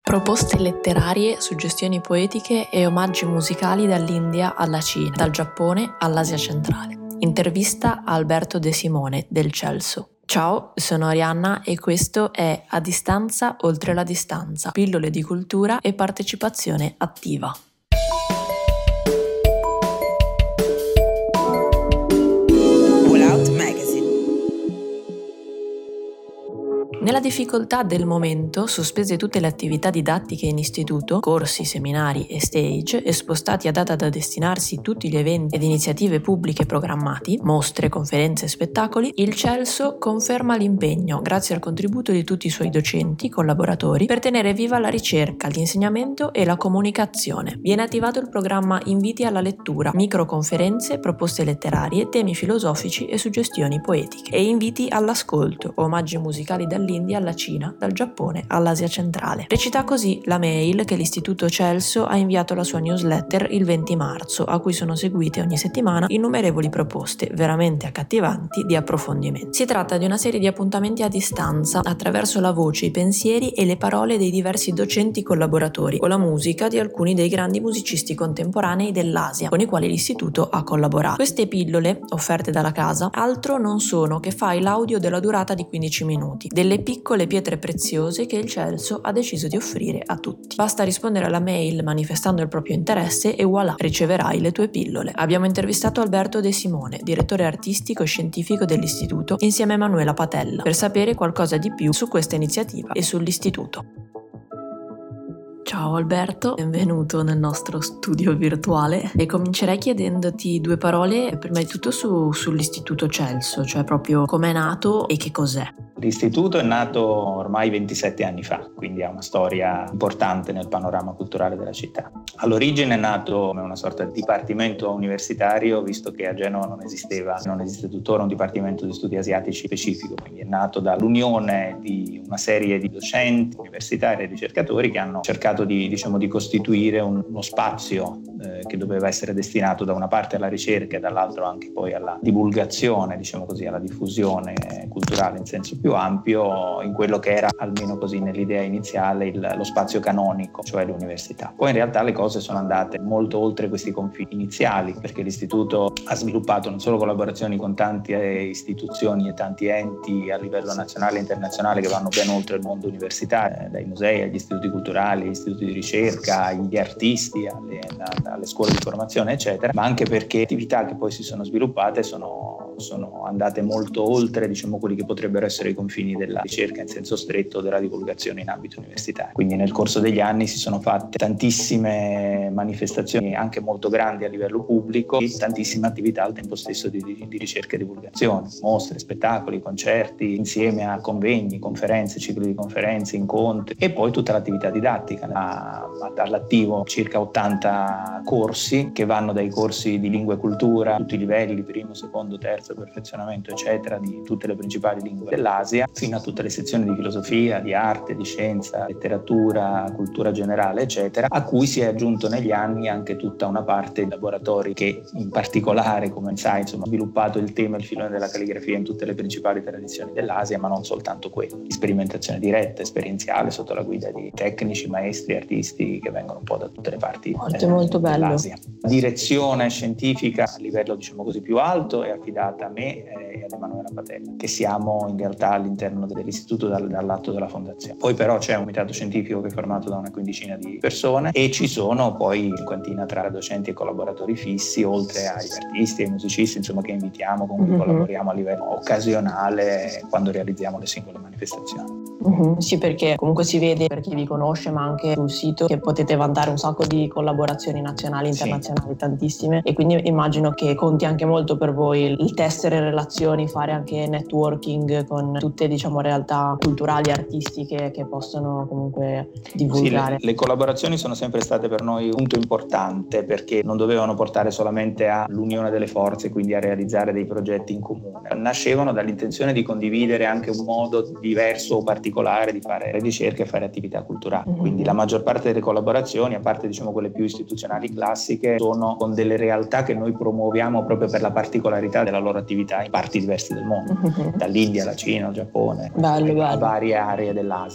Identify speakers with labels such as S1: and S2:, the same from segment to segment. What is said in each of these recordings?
S1: Proposte letterarie, suggestioni poetiche e omaggi musicali dall'India alla Cina, dal Giappone all'Asia centrale. Intervista a Alberto De Simone del Celso. Ciao, sono Arianna e questo è A distanza oltre la distanza, pillole di cultura e partecipazione attiva. Nella difficoltà del momento, sospese tutte le attività didattiche in istituto, corsi, seminari e stage, e spostati a data da destinarsi tutti gli eventi ed iniziative pubbliche programmati, mostre, conferenze e spettacoli, il Celso conferma l'impegno, grazie al contributo di tutti i suoi docenti, collaboratori, per tenere viva la ricerca, l'insegnamento e la comunicazione. Viene attivato il programma Inviti alla lettura, microconferenze, proposte letterarie, temi filosofici e suggestioni poetiche, e inviti all'ascolto, omaggi musicali dall'India alla Cina, dal Giappone all'Asia centrale. Recita così la mail che l'Istituto Celso ha inviato alla sua newsletter il 20 marzo, a cui sono seguite ogni settimana innumerevoli proposte, veramente accattivanti, di approfondimento. Si tratta di una serie di appuntamenti a distanza, attraverso la voce, i pensieri e le parole dei diversi docenti collaboratori, o la musica di alcuni dei grandi musicisti contemporanei dell'Asia, con i quali l'Istituto ha collaborato. Queste pillole, offerte dalla casa, altro non sono che file audio della durata di 15 minuti, delle piccole pietre preziose che il Celso ha deciso di offrire a tutti. Basta rispondere alla mail manifestando il proprio interesse e voilà, riceverai le tue pillole. Abbiamo intervistato Alberto De Simone, direttore artistico e scientifico dell'Istituto, insieme a Emanuela Patella, per sapere qualcosa di più su questa iniziativa e sull'Istituto. Ciao Alberto, benvenuto nel nostro studio virtuale e comincerei chiedendoti due parole, prima di tutto sull'Istituto Celso, cioè proprio com'è nato e che cos'è.
S2: L'Istituto è nato ormai 27 anni fa, quindi ha una storia importante nel panorama culturale della città. All'origine è nato come una sorta di dipartimento universitario, visto che a Genova non esiste tuttora un dipartimento di studi asiatici specifico, quindi è nato dall'unione di una serie di docenti, universitari e ricercatori che hanno cercato di costituire uno spazio che doveva essere destinato da una parte alla ricerca e dall'altro anche poi alla divulgazione, alla diffusione culturale in senso più ampio, in quello che era, almeno così nell'idea iniziale, lo spazio canonico, cioè l'università. Poi in realtà le cose sono andate molto oltre questi confini iniziali, perché l'Istituto ha sviluppato non solo collaborazioni con tante istituzioni e tanti enti a livello nazionale e internazionale che vanno ben oltre il mondo universitario, dai musei agli istituti culturali, agli istituti di ricerca, agli artisti, alle scuole di formazione, eccetera, ma anche perché attività che poi si sono sviluppate sono andate molto oltre, quelli che potrebbero essere i confini della ricerca in senso stretto, della divulgazione in ambito universitario. Quindi nel corso degli anni si sono fatte tantissime manifestazioni anche molto grandi a livello pubblico e tantissime attività al tempo stesso di ricerca e divulgazione, mostre, spettacoli, concerti, insieme a convegni, conferenze, cicli di conferenze, incontri e poi tutta l'attività didattica. All'attivo circa 80 corsi che vanno dai corsi di lingua e cultura, tutti i livelli, primo, secondo, terzo, perfezionamento, eccetera, di tutte le principali lingue dell'Asia, fino a tutte le sezioni di filosofia, di arte, di scienza, letteratura, cultura generale, eccetera, a cui si è aggiunto negli anni anche tutta una parte di laboratori che in particolare, come sai, hanno sviluppato il tema e il filone della calligrafia in tutte le principali tradizioni dell'Asia, ma non soltanto quello. Sperimentazione diretta, esperienziale, sotto la guida di tecnici, maestri, artisti che vengono un po' da tutte le parti
S1: molto
S2: dell'Asia. La direzione scientifica a livello più alto è affidata a me e ad Emanuela Patella, che siamo in realtà all'interno dell'istituto dall'atto della fondazione. Poi però c'è un comitato scientifico che è formato da una quindicina di persone e ci sono poi cinquantina tra docenti e collaboratori fissi, oltre agli artisti e ai musicisti, che invitiamo, con cui collaboriamo a livello occasionale quando realizziamo le singole manifestazioni.
S1: Sì, perché comunque si vede, per chi vi conosce, ma anche sul sito, che potete vantare un sacco di collaborazioni nazionali, internazionali, sì, tantissime, e quindi immagino che conti anche molto per voi il tessere relazioni, fare anche networking con tutte realtà culturali, artistiche che possono comunque divulgare.
S2: Sì, le collaborazioni sono sempre state per noi un punto importante, perché non dovevano portare solamente all'unione delle forze, quindi a realizzare dei progetti in comune. Nascevano dall'intenzione di condividere anche un modo diverso o particolare di fare ricerca e fare attività culturali. Quindi la maggior parte delle collaborazioni, a parte quelle più istituzionali classiche, sono con delle realtà che noi promuoviamo proprio per la particolarità della loro attività in parti diverse del mondo, dall'India alla Cina, al Giappone, a varie aree dell'Asia.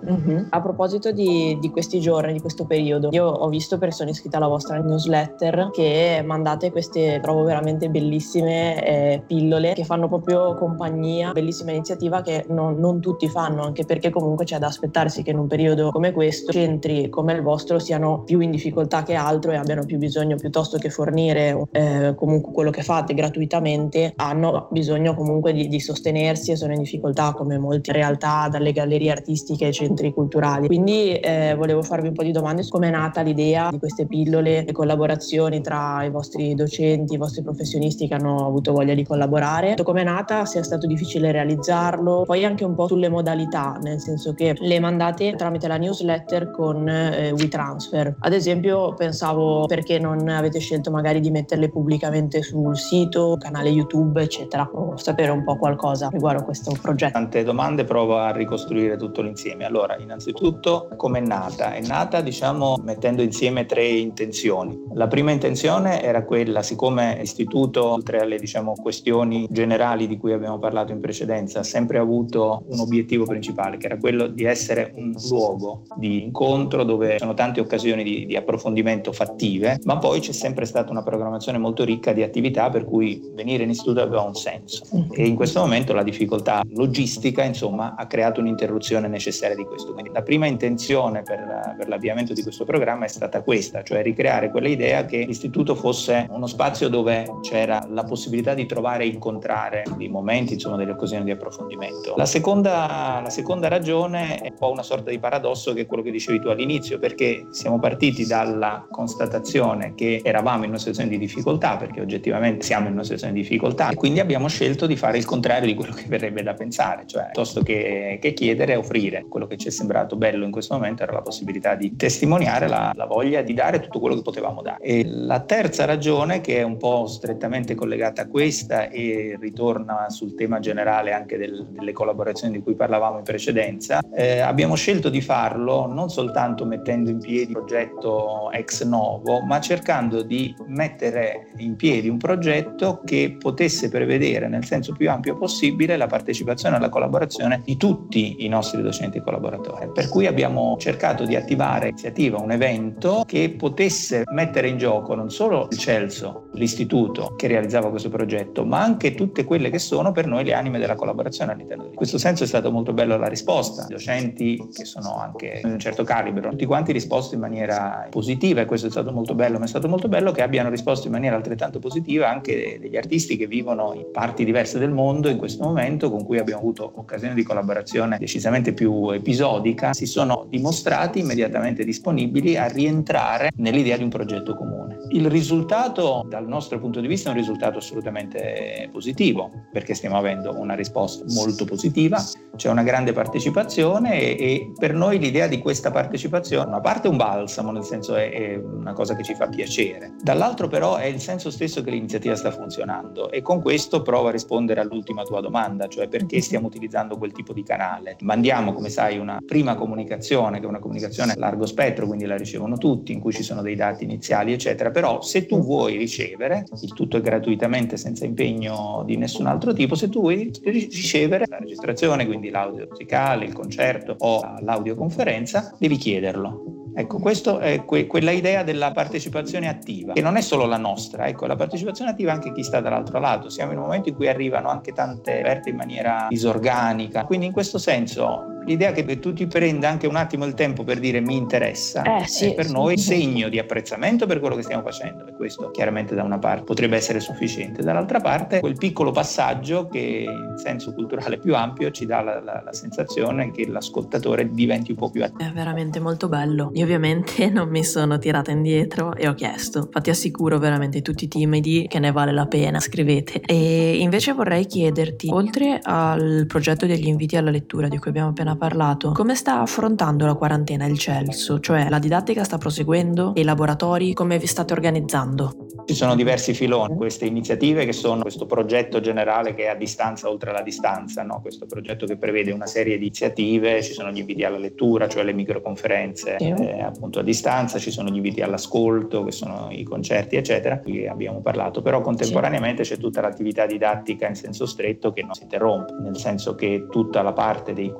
S1: A proposito di questi giorni, di questo periodo, io ho visto persone iscritte alla vostra newsletter che mandate queste, trovo veramente bellissime pillole che fanno proprio compagnia, bellissima iniziativa che non tutti fanno, anche perché comunque c'è da aspettarsi che in un periodo come questo centri come il vostro siano più in difficoltà che altro e abbiano più bisogno, piuttosto che fornire comunque quello che fate gratuitamente, hanno bisogno comunque di sostenersi e sono in difficoltà come molte realtà, dalle gallerie artistiche ai centri culturali. Quindi volevo farvi un po' di domande su come è nata l'idea di queste pillole, le collaborazioni tra i vostri docenti, i vostri professionisti che hanno avuto voglia di collaborare, come è nata, se è stato difficile realizzarlo, poi anche un po' sulle modalità, nel senso che le mandate tramite la newsletter con WeTransfer. Ad esempio pensavo perché non avete scelto magari di metterle pubblicamente sul sito, canale YouTube, eccetera. Volevo sapere un po' qualcosa riguardo questo progetto.
S2: Tante domande, provo a ricostruire tutto l'insieme. Allora, innanzitutto, come è nata? È nata, diciamo, mettendo insieme 3 intenzioni. La prima intenzione era quella, siccome l'istituto, oltre alle, diciamo, questioni generali di cui abbiamo parlato in precedenza, ha sempre avuto un obiettivo principale, che era quello di essere un luogo di incontro dove sono tante occasioni di approfondimento fattive, ma poi c'è sempre stata una programmazione molto ricca di attività per cui venire in istituto aveva un senso. E in questo momento la difficoltà logistica, insomma, ha creato un'interruzione necessaria di questo. Quindi la prima intenzione per l'avviamento di questo programma è stata questa, cioè ricreare quella idea che l'istituto fosse uno spazio dove c'era la possibilità di trovare e incontrare dei momenti, insomma, delle occasioni di approfondimento. La seconda ragione è un po' una sorta di paradosso, che è quello che dicevi tu all'inizio, perché siamo partiti dalla constatazione che eravamo in una situazione di difficoltà, perché oggettivamente siamo in una situazione di difficoltà, e quindi abbiamo scelto di fare il contrario di quello che verrebbe da pensare, cioè piuttosto che chiedere, offrire. Quello che ci è sembrato bello in questo momento era la possibilità di testimoniare la voglia di dare tutto quello che potevamo dare. E la terza ragione, che è un po' strettamente collegata a questa e ritorna sul tema generale anche delle collaborazioni di cui parlavamo in precedenza, abbiamo scelto di farlo non soltanto mettendo in piedi un progetto ex novo, ma cercando di mettere in piedi un progetto che potesse prevedere nel senso più ampio possibile la partecipazione e la collaborazione di tutti i nostri docenti e collaboratori. Per cui abbiamo cercato di attivare iniziativa, un evento che potesse mettere in gioco non solo il CELSO, l'istituto che realizzava questo progetto, ma anche tutte quelle che sono per noi le anime della collaborazione all'interno di questo. In questo senso è stato molto bello la risposta. I docenti, che sono anche di un certo calibro, tutti quanti risposto in maniera positiva, e questo è stato molto bello, ma è stato molto bello che abbiano risposto in maniera altrettanto positiva anche degli artisti che vivono in parti diverse del mondo in questo momento, con cui abbiamo avuto occasioni di collaborazione decisamente più episodica, si sono dimostrati immediatamente disponibili a rientrare nell'idea di un progetto comune. Il risultato, dal nostro punto di vista, è un risultato assolutamente positivo, perché stiamo avendo una risposta molto positiva, c'è una grande partecipazione e per noi l'idea di questa partecipazione, una parte è un balsamo, nel senso è una cosa che ci fa piacere, dall'altro però è il senso stesso che l'iniziativa sta funzionando, e con questo provo a rispondere all'ultima tua domanda, cioè perché stiamo utilizzando quel tipo di canale. Mandiamo, come sai, una prima comunicazione, che è una comunicazione a largo spettro, quindi la ricevono tutti, in cui ci sono dei dati iniziali eccetera, però se tu vuoi ricevere, il tutto è gratuitamente senza impegno di nessun altro tipo, se tu vuoi ricevere la registrazione, quindi l'audio musicale, il concerto o l'audioconferenza, devi chiederlo. Ecco, questo è quella idea della partecipazione attiva, che non è solo la nostra, ecco, la partecipazione attiva anche chi sta dall'altro lato. Siamo in un momento in cui arrivano anche tante offerte in maniera disorganica, quindi in questo senso l'idea che tu ti prenda anche un attimo il tempo per dire mi interessa è per noi segno di apprezzamento per quello che stiamo facendo, e questo chiaramente da una parte potrebbe essere sufficiente, dall'altra parte quel piccolo passaggio che in senso culturale più ampio ci dà la sensazione che l'ascoltatore diventi un po' più attivo.
S1: È veramente molto bello. Io ovviamente non mi sono tirata indietro e ho chiesto, infatti assicuro veramente tutti i timidi che ne vale la pena, scrivete. E invece vorrei chiederti, oltre al progetto degli inviti alla lettura di cui abbiamo appena parlato, come sta affrontando la quarantena il CELSO? Cioè la didattica sta proseguendo e i laboratori come vi state organizzando?
S2: Ci sono diversi filoni, queste iniziative che sono questo progetto generale che è a distanza oltre la distanza, no? Questo progetto che prevede una serie di iniziative, ci sono gli inviti alla lettura, cioè le microconferenze appunto a distanza, ci sono gli inviti all'ascolto che sono i concerti eccetera, di cui abbiamo parlato, però contemporaneamente c'è tutta l'attività didattica in senso stretto che non si interrompe, nel senso che tutta la parte dei corsi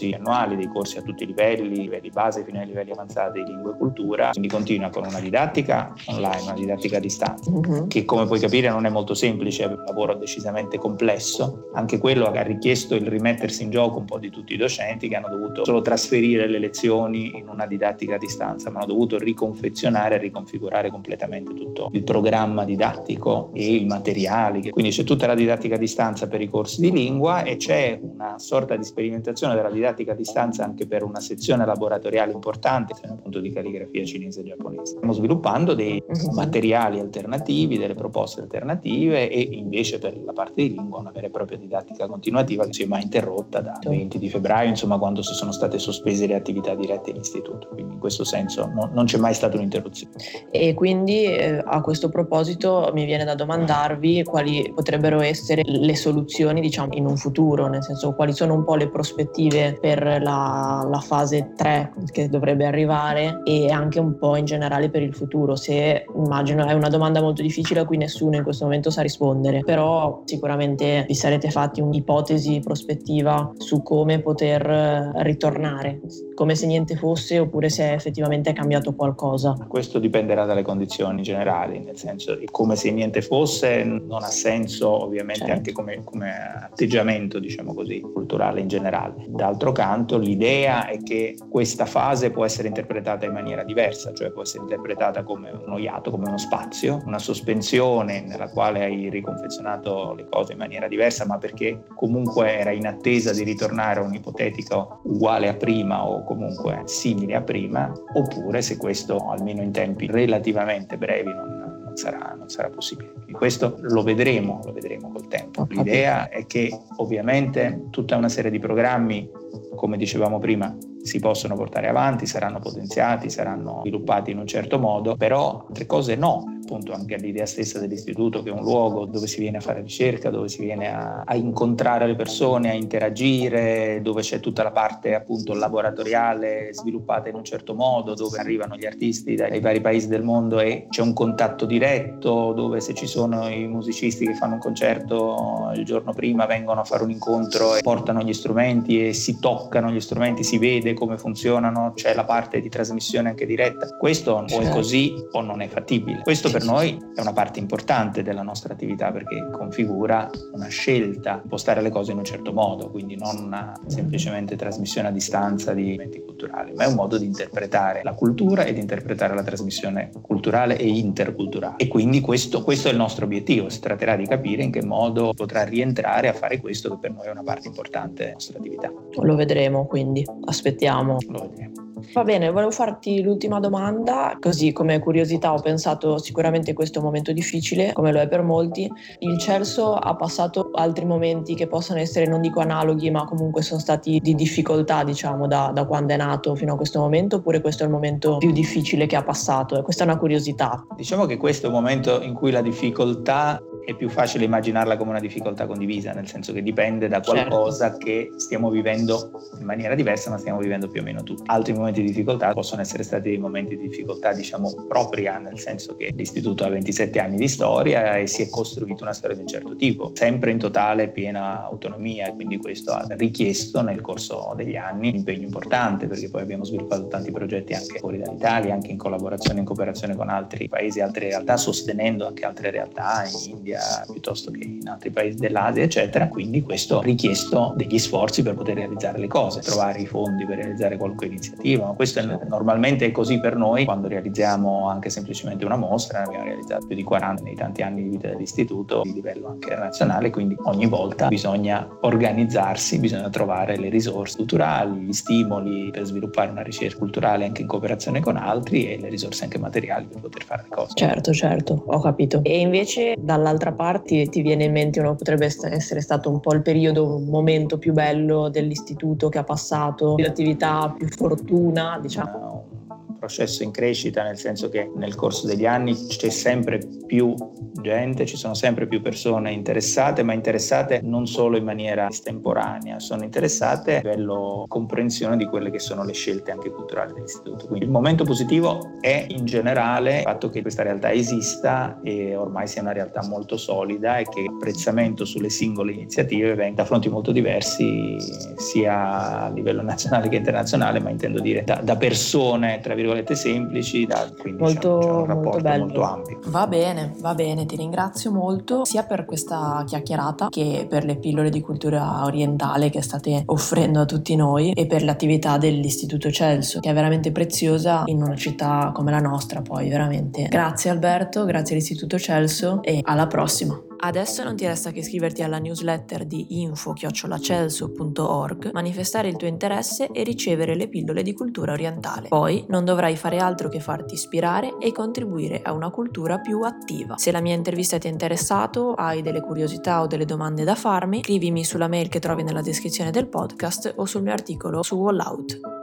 S2: corsi annuali, dei corsi a tutti i livelli base fino ai livelli avanzati di lingua e cultura, quindi continua con una didattica online, una didattica a distanza, che come puoi capire non è molto semplice, è un lavoro decisamente complesso. Anche quello ha richiesto il rimettersi in gioco un po' di tutti i docenti, che hanno dovuto solo trasferire le lezioni in una didattica a distanza, ma hanno dovuto riconfezionare e riconfigurare completamente tutto il programma didattico e i materiali. Quindi c'è tutta la didattica a distanza per i corsi di lingua e c'è una sorta di sperimentazione della didattica a distanza anche per una sezione laboratoriale importante, appunto di calligrafia cinese e giapponese. Stiamo sviluppando dei materiali alternativi, delle proposte alternative, e invece per la parte di lingua una vera e propria didattica continuativa che si è mai interrotta da 20 di febbraio, insomma, quando si sono state sospese le attività dirette in istituto. Quindi in questo senso non c'è mai stata un'interruzione.
S1: E quindi a questo proposito mi viene da domandarvi quali potrebbero essere le soluzioni, diciamo, in un futuro, nel senso quali sono un po' le prospettive per la fase 3 che dovrebbe arrivare, e anche un po' in generale per il futuro. Se immagino è una domanda molto difficile a cui nessuno in questo momento sa rispondere, però sicuramente vi sarete fatti un'ipotesi prospettiva su come poter ritornare, come se niente fosse oppure se effettivamente è cambiato qualcosa.
S2: Questo dipenderà dalle condizioni generali, nel senso che come se niente fosse non ha senso, ovviamente, certo, anche come atteggiamento, diciamo così, culturale in generale. D'altro canto l'idea è che questa fase può essere interpretata in maniera diversa, cioè può essere interpretata come uno iato, come uno spazio, una sospensione nella quale hai riconfezionato le cose in maniera diversa, ma perché comunque era in attesa di ritornare a un'ipotetica uguale a prima o comunque simile a prima, oppure se questo, almeno in tempi relativamente brevi, non sarà possibile. Quindi questo lo vedremo col tempo. L'idea è che ovviamente tutta una serie di programmi, come dicevamo prima, si possono portare avanti, saranno potenziati, saranno sviluppati in un certo modo, però altre cose no. Appunto anche l'idea stessa dell'istituto, che è un luogo dove si viene a fare ricerca, dove si viene a incontrare le persone, a interagire, dove c'è tutta la parte appunto laboratoriale sviluppata in un certo modo, dove arrivano gli artisti dai vari paesi del mondo e c'è un contatto diretto, dove se ci sono i musicisti che fanno un concerto il giorno prima vengono a fare un incontro e portano gli strumenti e si toccano gli strumenti, si vede come funzionano, c'è la parte di trasmissione anche diretta. Questo o è così o non è fattibile. Questo per noi è una parte importante della nostra attività, perché configura una scelta, impostare le cose in un certo modo, quindi non una semplicemente trasmissione a distanza di eventi culturali, ma è un modo di interpretare la cultura e di interpretare la trasmissione culturale e interculturale. E quindi questo è il nostro obiettivo. Si tratterà di capire in che modo potrà rientrare a fare questo, che per noi è una parte importante della nostra attività.
S1: Lo vedremo, quindi aspettiamo.
S2: Lo vedremo.
S1: Va bene, volevo farti l'ultima domanda, così come curiosità. Ho pensato sicuramente questo è un momento difficile, come lo è per molti. Il Celso ha passato altri momenti che possono essere, non dico analoghi, ma comunque sono stati di difficoltà, diciamo, da quando è nato fino a questo momento, oppure questo è il momento più difficile che ha passato? E questa è una curiosità.
S2: Diciamo che questo è un momento in cui la difficoltà è più facile immaginarla come una difficoltà condivisa, nel senso che dipende da qualcosa che stiamo vivendo in maniera diversa, ma stiamo vivendo più o meno tutti. Altri momenti di difficoltà possono essere stati dei momenti di difficoltà, diciamo, propria, nel senso che l'istituto ha 27 anni di storia e si è costruito una storia di un certo tipo, sempre in totale piena autonomia, e quindi questo ha richiesto nel corso degli anni un impegno importante, perché poi abbiamo sviluppato tanti progetti anche fuori dall'Italia, anche in collaborazione, in cooperazione con altri paesi, altre realtà, sostenendo anche altre realtà in India piuttosto che in altri paesi dell'Asia, eccetera. Quindi questo ha richiesto degli sforzi per poter realizzare le cose, trovare i fondi per realizzare qualche iniziativa. Ma questo normalmente è così per noi quando realizziamo anche semplicemente una mostra. Ne abbiamo realizzato più di 40 nei tanti anni di vita dell'istituto, di livello anche nazionale, quindi ogni volta bisogna organizzarsi, bisogna trovare le risorse culturali, gli stimoli per sviluppare una ricerca culturale anche in cooperazione con altri, e le risorse anche materiali per poter fare le cose.
S1: Certo, ho capito. E invece dall'altra parte ti viene in mente, potrebbe essere stato un po' il periodo, un momento più bello dell'istituto che ha passato, l'attività più fortuna, diciamo?
S2: processo in crescita, nel senso che nel corso degli anni c'è sempre più gente, ci sono sempre più persone interessate, ma interessate non solo in maniera estemporanea, sono interessate a livello comprensione di quelle che sono le scelte anche culturali dell'istituto. Quindi il momento positivo è in generale il fatto che questa realtà esista e ormai sia una realtà molto solida e che l'apprezzamento sulle singole iniziative venga da fronti molto diversi sia a livello nazionale che internazionale, ma intendo dire da persone tra virgolette semplici, quindi
S1: molto,
S2: c'è un rapporto
S1: molto
S2: molto ampio.
S1: Va bene, ti ringrazio molto sia per questa chiacchierata che per le pillole di cultura orientale che state offrendo a tutti noi e per l'attività dell'Istituto Celso, che è veramente preziosa in una città come la nostra. Poi veramente grazie Alberto, grazie all'Istituto Celso e alla prossima. Adesso non ti resta che iscriverti alla newsletter di info@celso.org, manifestare il tuo interesse e ricevere le pillole di cultura orientale. Poi non dovrai fare altro che farti ispirare e contribuire a una cultura più attiva. Se la mia intervista ti è interessato, hai delle curiosità o delle domande da farmi, scrivimi sulla mail che trovi nella descrizione del podcast o sul mio articolo su Wallout.